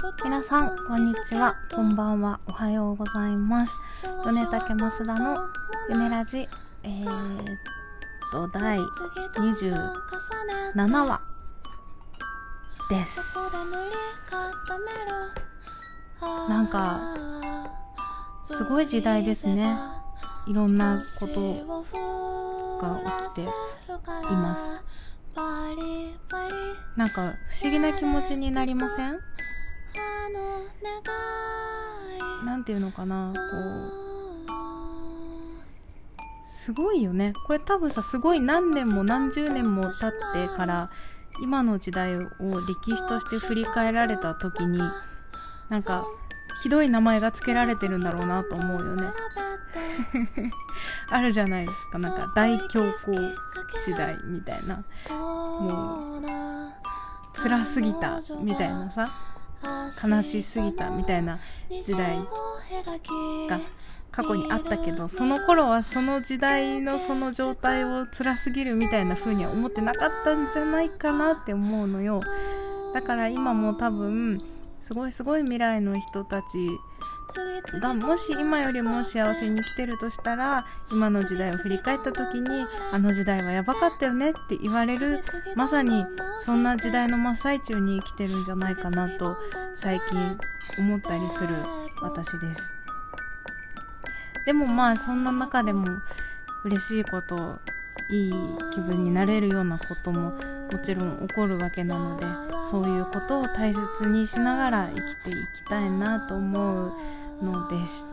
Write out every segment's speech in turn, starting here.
皆さんこんにちは、こんばんは、おはようございます。米竹増田の米ラジ第27話です。なんかすごい時代ですね。いろんなことが起きています。なんか不思議な気持ちになりません？なんていうのかな、すごいよね。これ多分さ、すごい何年も何十年も経ってから今の時代を歴史として振り返られた時に、なんかひどい名前が付けられてるんだろうなと思うよね。あるじゃないですか、なんか大恐慌時代みたいな、もう辛すぎたみたいなさ、悲しすぎたみたいな時代が過去にあったけど、その頃はその時代のその状態を辛すぎるみたいな風には思ってなかったんじゃないかなって思うのよ。だから今も多分すごい未来の人たちがもし今よりも幸せに生きてるとしたら、今の時代を振り返った時に、あの時代はやばかったよねって言われる、まさにそんな時代の真っ最中に生きてるんじゃないかなと最近思ったりする私です。でもまあそんな中でも嬉しいこと、いい気分になれるようなことももちろん起こるわけなので、そういうことを大切にしながら生きていきたいなと思うのでした。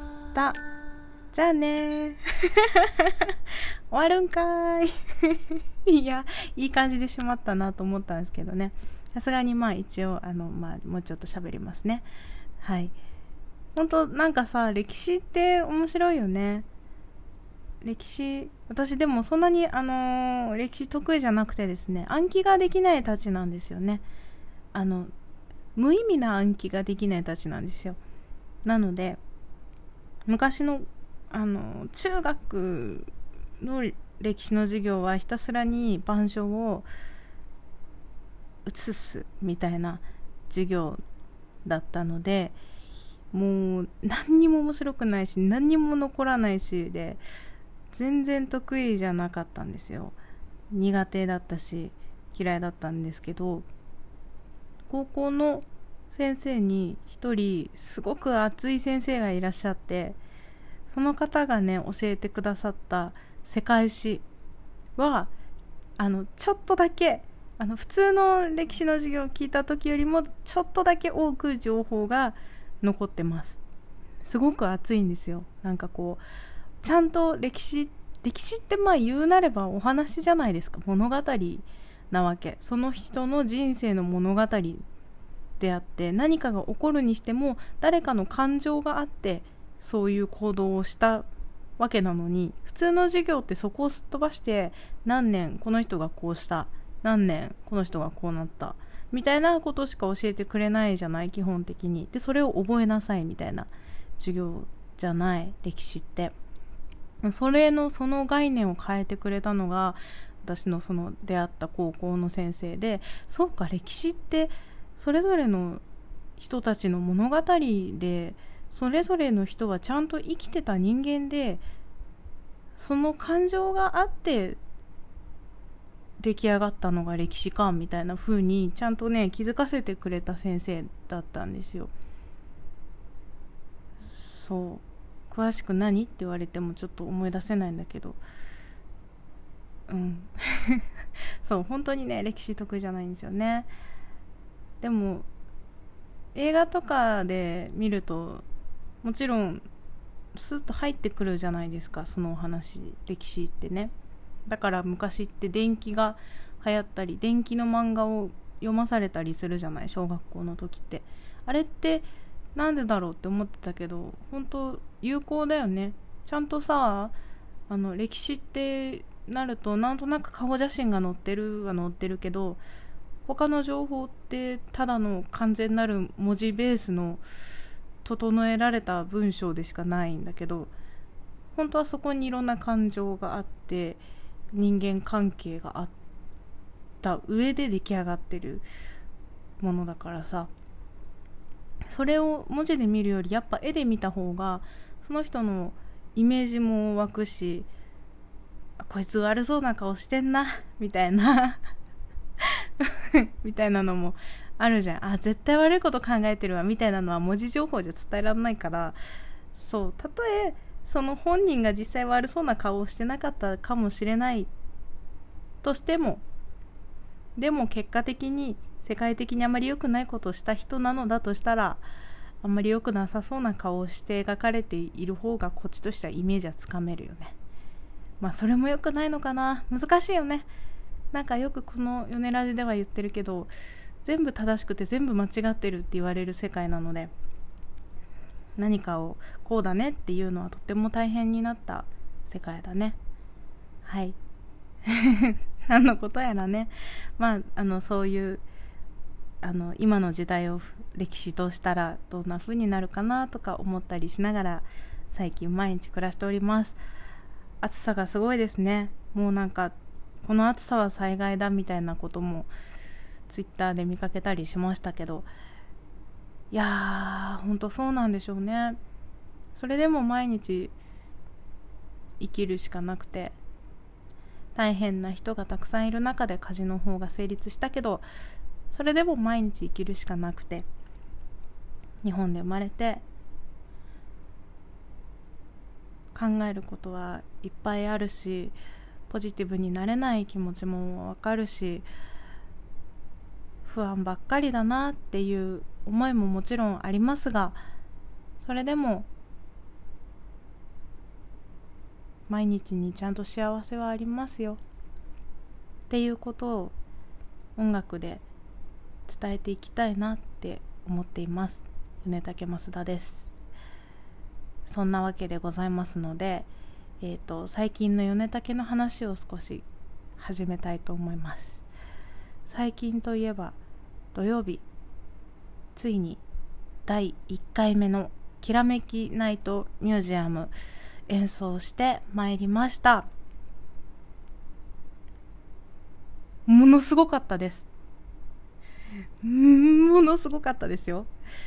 じゃあね終わるんかーいいや、いい感じでしまったなと思ったんですけどね。さすがにまあ一応もうちょっと喋りますね。はい。本当なんかさ、歴史って面白いよね。歴史、私でもそんなに歴史得意じゃなくてですね、暗記ができないたちなんですよね。無意味な暗記ができないたちなんですよ。なので昔の中学の歴史の授業はひたすらに板書を写すみたいな授業だったので、もう何にも面白くないし何にも残らないしで、全然得意じゃなかったんですよ。苦手だったし嫌いだったんですけど、高校の先生に一人すごく熱い先生がいらっしゃって、その方がね教えてくださった世界史はちょっとだけ普通の歴史の授業を聞いた時よりもちょっとだけ多く情報が残ってます。すごく熱いんですよ。なんかちゃんと歴史ってまあ言うなればお話じゃないですか。物語なわけ。その人の人生の物語であって、何かが起こるにしても誰かの感情があってそういう行動をしたわけなのに、普通の授業ってそこをすっ飛ばして、何年この人がこうした、何年この人がこうなったみたいなことしか教えてくれないじゃない、基本的に。でそれを覚えなさいみたいな授業じゃない歴史って。その概念を変えてくれたのが私のその出会った高校の先生で、そうか、歴史ってそれぞれの人たちの物語で、それぞれの人はちゃんと生きてた人間で、その感情があって出来上がったのが歴史かみたいな風にちゃんとね気づかせてくれた先生だったんですよ。そう詳しく何って言われてもちょっと思い出せないんだけど、そう本当にね歴史得意じゃないんですよね。でも映画とかで見るともちろんスッと入ってくるじゃないですか、そのお話、歴史ってね。だから昔って電気が流行ったり、電気の漫画を読まされたりするじゃない、小学校の時って。あれってなんでだろうって思ってたけど、本当有効だよね。ちゃんとさ、歴史ってなるとなんとなく顔写真が載ってるは載ってるけど、他の情報ってただの完全なる文字ベースの整えられた文章でしかないんだけど、本当はそこにいろんな感情があって人間関係があった上で出来上がってるものだからさ、 それを文字で見るよりやっぱ絵で見た方がその人のイメージも湧くし、こいつ悪そうな顔してんなみたいなみたいなのもあるじゃん。あ、絶対悪いこと考えてるわみたいなのは文字情報じゃ伝えられないから、そう、たとえその本人が実際悪そうな顔をしてなかったかもしれないとしても、でも結果的に世界的にあまり良くないことをした人なのだとしたら、あんまり良くなさそうな顔をして描かれている方がこっちとしてはイメージはつかめるよね。まあそれも良くないのかな、難しいよね。なんかよくこのヨネラジでは言ってるけど、全部正しくて全部間違ってるって言われる世界なので、何かをこうだねっていうのはとっても大変になった世界だね。はい何のことやらね。まあそういう今の時代を歴史としたらどんな風になるかなとか思ったりしながら最近毎日暮らしております。暑さがすごいですね。もうなんかこの暑さは災害だみたいなこともツイッターで見かけたりしましたけど、いやーほんとそうなんでしょうね。それでも毎日生きるしかなくて、大変な人がたくさんいる中で火事の方が成立したけど、それでも毎日生きるしかなくて、日本で生まれて考えることはいっぱいあるし、ポジティブになれない気持ちもわかるし、不安ばっかりだなっていう思いももちろんありますが、それでも毎日にちゃんと幸せはありますよっていうことを音楽で伝えていきたいなって思っています。米竹増田です。そんなわけでございますので、最近の米竹の話を少し始めたいと思います。最近といえば土曜日、ついに第1回目のきらめきナイトミュージアム演奏してまいりました。ものすごかったです。ものすごかったですよ。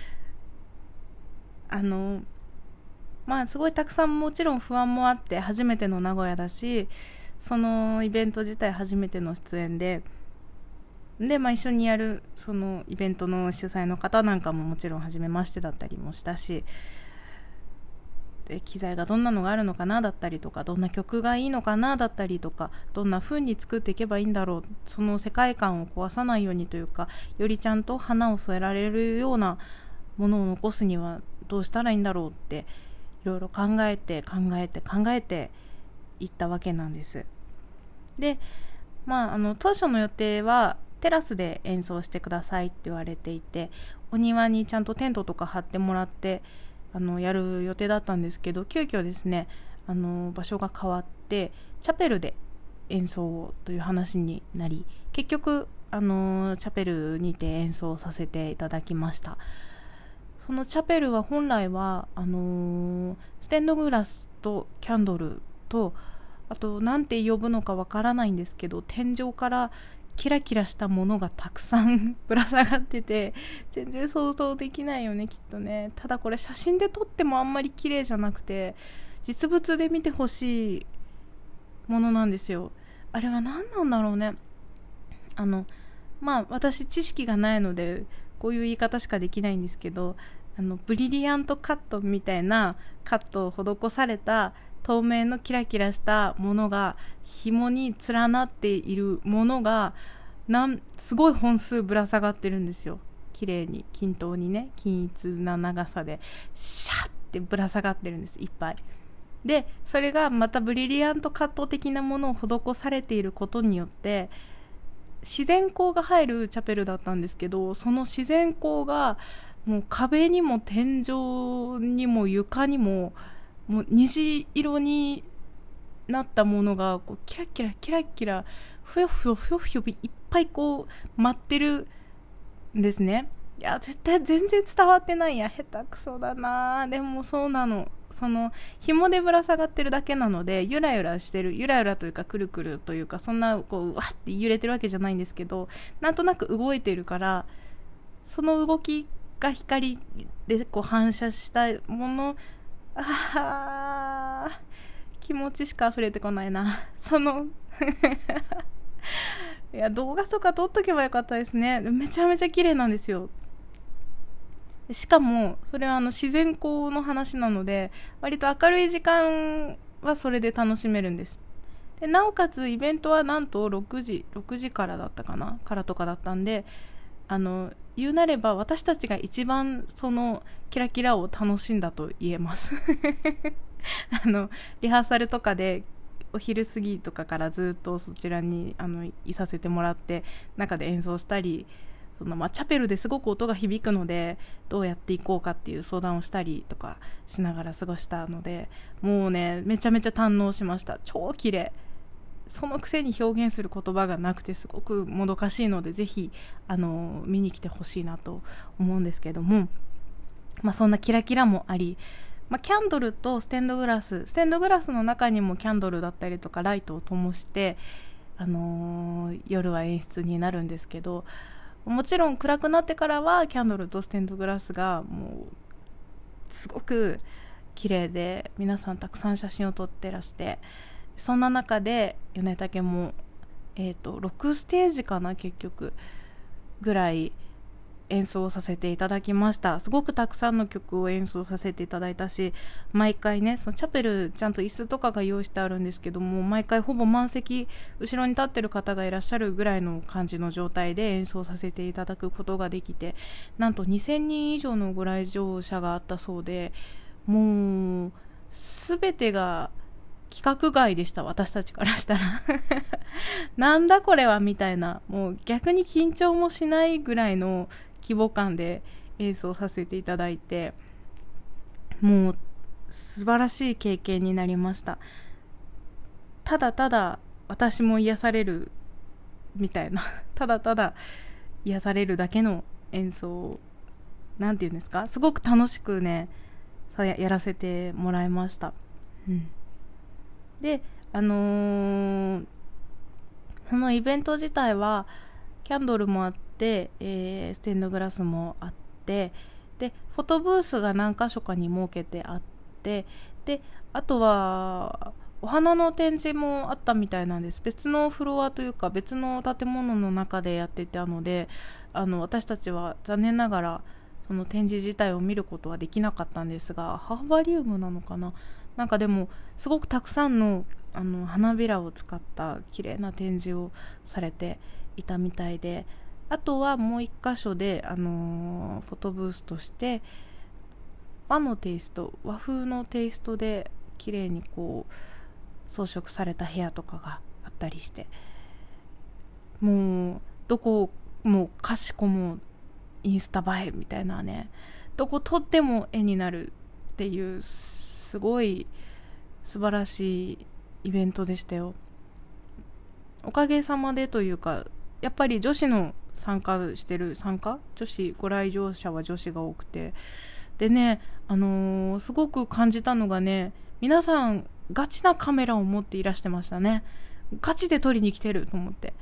まあすごいたくさんもちろん不安もあって、初めての名古屋だし、そのイベント自体初めての出演で、まあ一緒にやるそのイベントの主催の方なんかももちろん初めましてだったりもしたし、で機材がどんなのがあるのかなだったりとか、どんな曲がいいのかなだったりとか、どんな風に作っていけばいいんだろう、その世界観を壊さないようにというか、よりちゃんと花を添えられるようなものを残すにはどうしたらいいんだろうっていろいろ考えていったわけなんです。で、まあ、当初の予定はテラスで演奏してくださいって言われていて、お庭にちゃんとテントとか張ってもらってやる予定だったんですけど、急遽ですね場所が変わってチャペルで演奏をという話になり、結局チャペルにて演奏させていただきました。そのチャペルは本来はステンドグラスとキャンドルと、あとなんて呼ぶのかわからないんですけど、天井からキラキラしたものがたくさんぶら下がってて、全然想像できないよねきっとね。ただこれ写真で撮ってもあんまり綺麗じゃなくて、実物で見てほしいものなんですよ。あれは何なんだろうね。まあ私知識がないのでこういう言い方しかできないんですけど、ブリリアントカットみたいなカットを施された透明のキラキラしたものが紐に連なっているものがすごい本数ぶら下がってるんですよ。綺麗に均等にね、均一な長さでシャッってぶら下がってるんです、いっぱい。でそれがまたブリリアントカット的なものを施されていることによって自然光が入るチャペルだったんですけど、その自然光がもう壁にも天井にも床にももう虹色になったものがこうキラキラキラキラふよふよふよふよいっぱいこう舞ってるんですね。いや絶対全然伝わってないや、下手くそだな。でもそうなの、その紐でぶら下がってるだけなので、ゆらゆらしてる、ゆらゆらというかくるくるというか、そんなこうわって揺れてるわけじゃないんですけど、なんとなく動いてるから、その動きが光でこう反射したもの、気持ちしか溢れてこないな。いや、動画とか撮っとけばよかったですね。めちゃめちゃ綺麗なんですよ。しかもそれは自然光の話なので、割と明るい時間はそれで楽しめるんです。でなおかつイベントはなんと6時からだったかな、からとかだったんで、言うなれば私たちが一番そのキラキラを楽しんだと言えますリハーサルとかでお昼過ぎとかからずっとそちらにいさせてもらって、中で演奏したり、チャペルですごく音が響くのでどうやっていこうかっていう相談をしたりとかしながら過ごしたので、もうねめちゃめちゃ堪能しました。超綺麗。そのくせに表現する言葉がなくてすごくもどかしいので、ぜひ見に来てほしいなと思うんですけども、そんなキラキラもあり、キャンドルとステンドグラスの中にもキャンドルだったりとかライトを灯して、夜は演出になるんですけど、もちろん暗くなってからはキャンドルとステンドグラスがもうすごく綺麗で、皆さんたくさん写真を撮ってらして、そんな中で米竹も、6ステージかな、結局ぐらい演奏させていただきました。すごくたくさんの曲を演奏させていただいたし、毎回ね、そのチャペルちゃんと椅子とかが用意してあるんですけども、毎回ほぼ満席、後ろに立ってる方がいらっしゃるぐらいの感じの状態で演奏させていただくことができて、なんと2000人以上のご来場者があったそうで、もう全てが規格外でした、私たちからしたらなんだこれはみたいな、もう逆に緊張もしないぐらいの規模感で演奏させていただいて、もう素晴らしい経験になりました。ただただ私も癒されるみたいなただただ癒されるだけの演奏、なんていうんですか、すごく楽しくねやらせてもらいました。でそのイベント自体はキャンドルもあって、ステンドグラスもあって、でフォトブースが何箇所かに設けてあって、であとはお花の展示もあったみたいなんです。別のフロアというか別の建物の中でやってたので、私たちは残念ながらその展示自体を見ることはできなかったんですが、ハーバリウムなのかな、なんかでもすごくたくさんの花びらを使った綺麗な展示をされていたみたいで、あとはもう一箇所で、フォトブースとして和風のテイストで綺麗にこう装飾された部屋とかがあったりして、もうどこもかしこもインスタ映えみたいなね、どこ撮っても絵になるっていうすごい素晴らしいイベントでしたよ。おかげさまでというか、やっぱり女子の女子ご来場者は女子が多くて、でね、すごく感じたのがね、皆さんガチなカメラを持っていらしてましたね。ガチで撮りに来てると思って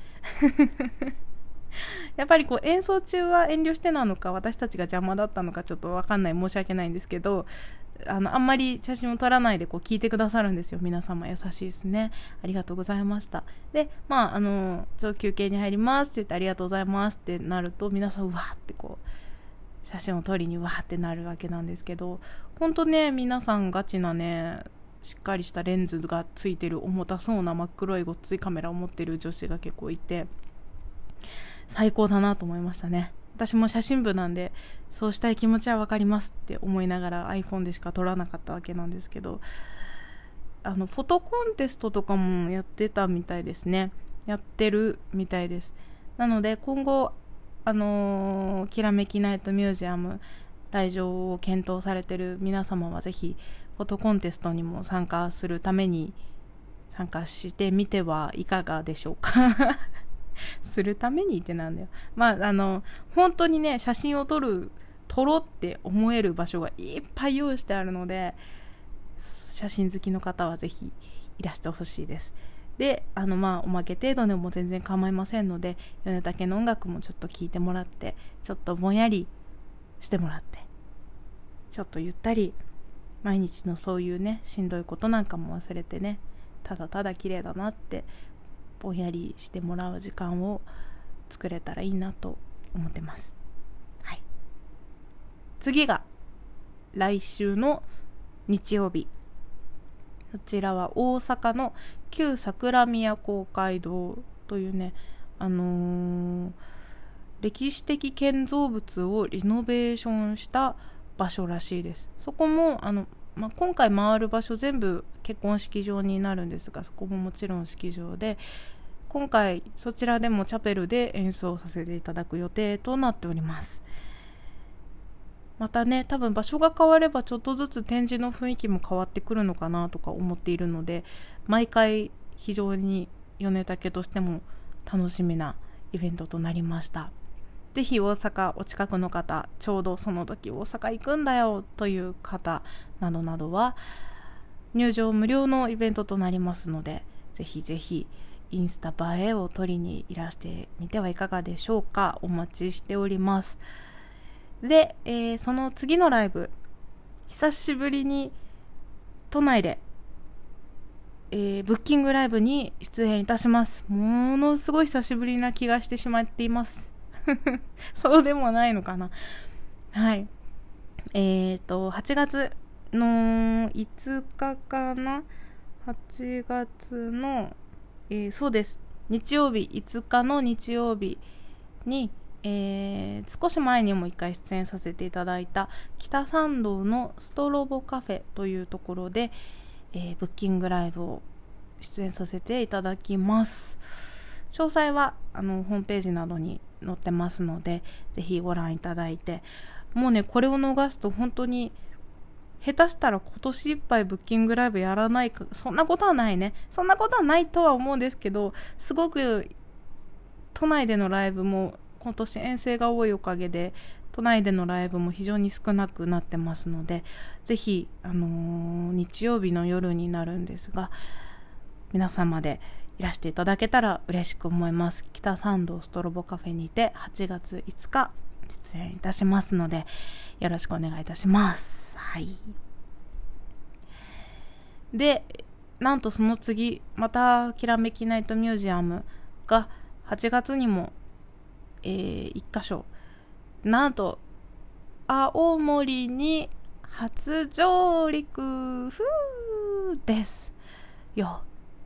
やっぱりこう演奏中は遠慮してなのか、私たちが邪魔だったのかちょっと分かんない、申し訳ないんですけど、あんまり写真を撮らないでこう聞いてくださるんですよ。皆様優しいですね。ありがとうございました。でちょっと休憩に入りますって言ってありがとうございますってなると、皆さんうわーってこう写真を撮りにわーってなるわけなんですけど、本当ね、皆さんガチなね、しっかりしたレンズがついてる重たそうな真っ黒いごっついカメラを持ってる女子が結構いて、最高だなと思いましたね。私も写真部なんでそうしたい気持ちは分かりますって思いながら iPhone でしか撮らなかったわけなんですけど、フォトコンテストとかもやってたみたいですね。やってるみたいです。なので今後きらめきナイトミュージアム来場を検討されてる皆様はぜひフォトコンテストにも参加してみてはいかがでしょうかするためにってなんだよ。本当にね、写真を撮ろうって思える場所がいっぱい用意してあるので、写真好きの方はぜひいらしてほしいです。でおまけ程度でも全然構いませんので、米竹の音楽もちょっと聴いてもらって、ちょっとぼんやりしてもらって、ちょっとゆったり毎日のそういうねしんどいことなんかも忘れてね、ただただ綺麗だなってぼんやりしてもらう時間を作れたらいいなと思ってます。はい、次が来週の日曜日、こちらは大阪の旧桜宮公会堂というね、歴史的建造物をリノベーションした場所らしいです。そこも今回回る場所全部結婚式場になるんですが、そこももちろん式場で、今回そちらでもチャペルで演奏させていただく予定となっております。またね、多分場所が変わればちょっとずつ展示の雰囲気も変わってくるのかなとか思っているので、毎回非常に米竹としても楽しみなイベントとなりました。ぜひ大阪お近くの方、ちょうどその時大阪行くんだよという方などなどは入場無料のイベントとなりますので、ぜひぜひインスタ映えを撮りにいらしてみてはいかがでしょうか。お待ちしております。で、その次のライブ、久しぶりに都内で、ブッキングライブに出演いたします。ものすごい久しぶりな気がしてしまっていますそうでもないのかな。はい、8月の5日かな、8月の、そうです、日曜日、5日の日曜日に少し前にも1回出演させていただいた北参道のストロボカフェというところで、ブッキングライブを出演させていただきます。詳細はホームページなどに載ってますので、ぜひご覧いただいて、もうねこれを逃すと本当に下手したら今年いっぱいブッキングライブやらないか、そんなことはないね、そんなことはないとは思うんですけど、すごく都内でのライブも今年遠征が多いおかげで都内でのライブも非常に少なくなってますので、ぜひ、日曜日の夜になるんですが、皆様でいらしていただけたら嬉しく思います。北参道ストロボカフェにて8月5日出演いたしますので、よろしくお願いいたします。はい。で、なんとその次、またきらめきナイトミュージアムが8月にも、1箇所、なんと青森に初上陸ですよ。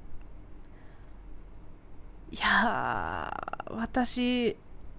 いやー、私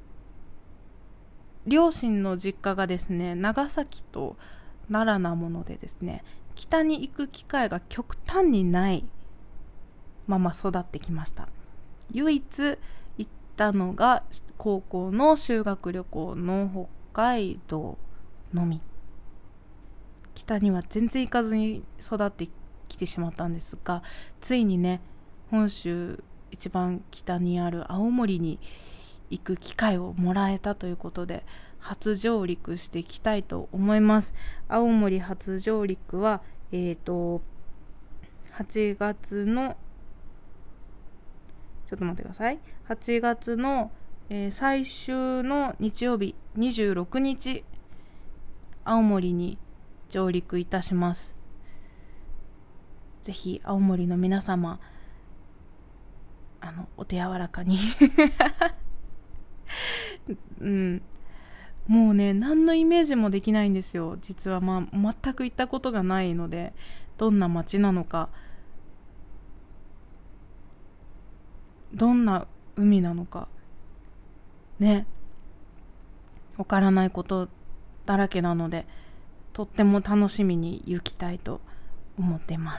両親の実家がですね、長崎と奈良なものでですね、北に行く機会が極端にないまま育ってきました。唯一行ったのが高校の修学旅行の北海道のみ。北には全然行かずに育ってきてしまったんですが、ついにね、本州一番北にある青森に行く機会をもらえたということで、初上陸していきたいと思います。青森初上陸は8月のちょっと待ってください。8月の、最終の日曜日26日、青森に上陸いたします。ぜひ青森の皆様、お手柔らかにうん、もうね何のイメージもできないんですよ。実は全く行ったことがないので、どんな街なのか、どんな海なのかね、わからないことだらけなので、とっても楽しみに行きたいと思ってます。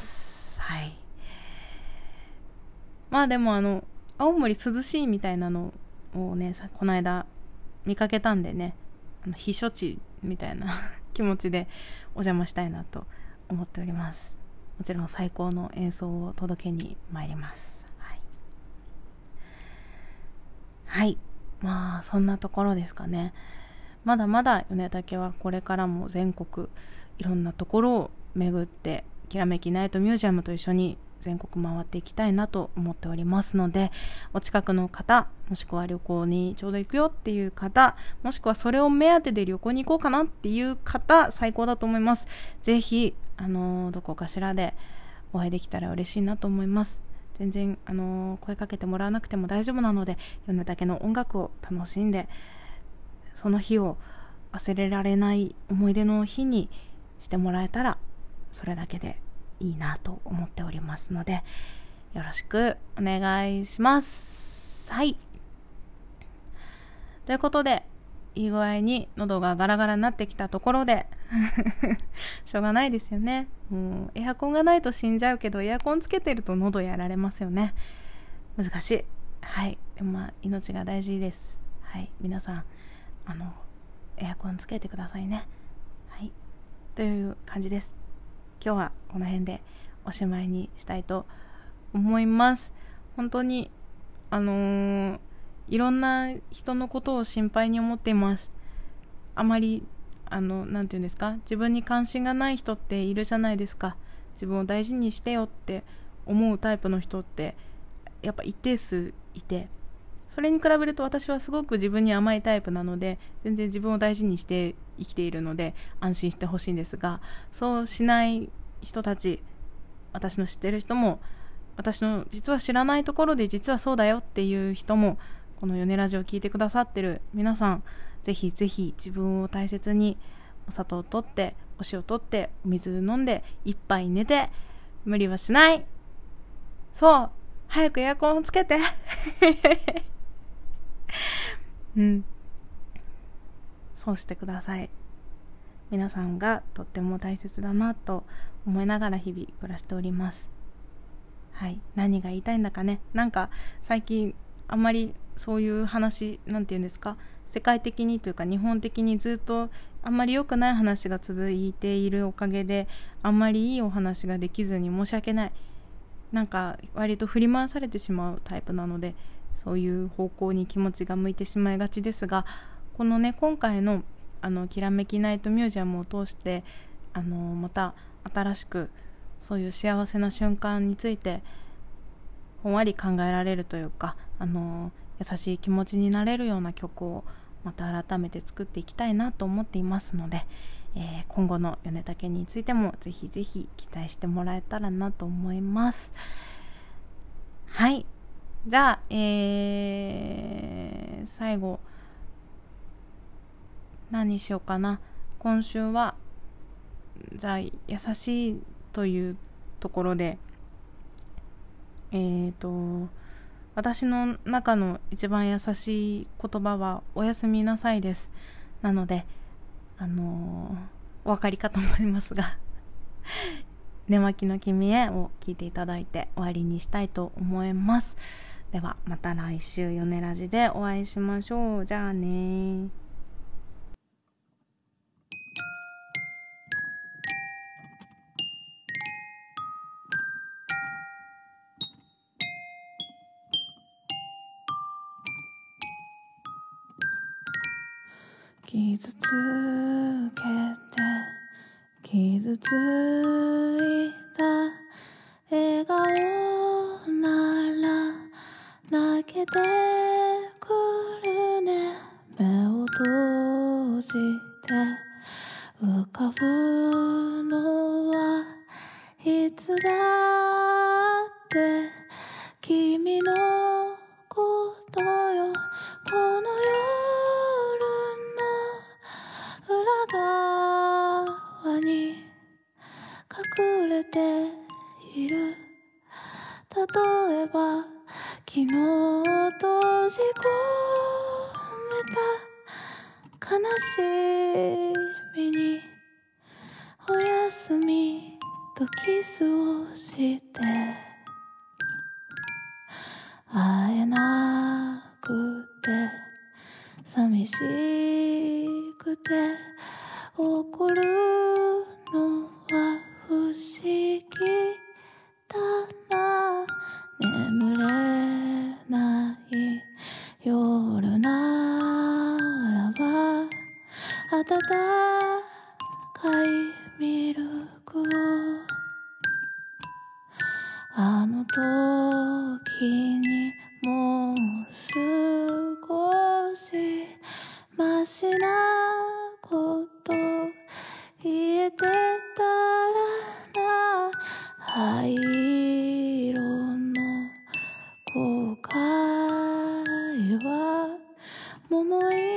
はい。でも青森涼しいみたいなのをね、この間見かけたんでね、避暑地みたいな気持ちでお邪魔したいなと思っております。もちろん最高の演奏を届けに参ります。はい、はい、そんなところですかね。まだまだ米竹はこれからも全国いろんなところを巡って、きらめきナイトミュージアムと一緒に全国回っていきたいなと思っておりますので、お近くの方、もしくは旅行にちょうど行くよっていう方、もしくはそれを目当てで旅行に行こうかなっていう方、最高だと思います。ぜひどこかしらでお会いできたら嬉しいなと思います。全然声かけてもらわなくても大丈夫なので、米竹の音楽を楽しんで、その日を忘れられない思い出の日にしてもらえたら、それだけでいいなと思っておりますので、よろしくお願いします。はい、ということで、いい具合に喉がガラガラになってきたところでしょうがないですよね。もうエアコンがないと死んじゃうけど、エアコンつけてると喉やられますよね。難しい。はい、でも命が大事です。はい、皆さんエアコンつけてくださいね。はい、という感じです。今日はこの辺でおしまいにしたいと思います。本当にいろんな人のことを心配に思っています。あまりなんていうんですか、自分に関心がない人っているじゃないですか。自分を大事にしてよって思うタイプの人ってやっぱ一定数いて、それに比べると私はすごく自分に甘いタイプなので、全然自分を大事にして生きているので安心してほしいんですが、そうしない人たち、私の知ってる人も、私の実は知らないところで実はそうだよっていう人も、このヨネラジオを聞いてくださってる皆さん、ぜひぜひ自分を大切に、お砂糖をとって、お塩をとって、お水飲んで、一杯寝て、無理はしない。そう、早くエアコンをつけてうん、そうしてください。皆さんがとっても大切だなと思いながら日々暮らしております。はい、何が言いたいんだかね。なんか最近あんまりそういう話、なんていうんですか、世界的にというか日本的にずっとあんまり良くない話が続いているおかげで、あんまりいいお話ができずに申し訳ない。なんか割と振り回されてしまうタイプなので、そういう方向に気持ちが向いてしまいがちですが、このね、今回のきらめきナイトミュージアムを通してまた新しくそういう幸せな瞬間についてほんわり考えられるというか、優しい気持ちになれるような曲をまた改めて作っていきたいなと思っていますので、今後の米竹についてもぜひぜひ期待してもらえたらなと思います。はい、じゃあ、最後何にしようかな。今週はじゃあ優しいというところで、私の中の一番優しい言葉はおやすみなさいです。なのでお分かりかと思いますが寝巻きの君へを聞いていただいて終わりにしたいと思います。ではまた来週ヨネラジでお会いしましょう。じゃあね。傷つけて傷ついた笑顔なら泣けてくるね。目を閉じて浮かぶのはいつだって君のことよ。この夜の裏側に隠れている。例えば昨日閉じ込めた悲しみにおやすみとキスをして会えなくて寂しくて怒るのは不思議だな。眠れない夜ならば温かいミルクをあの時にもう少しマシなこと言えてたらな。灰色の後悔は桃色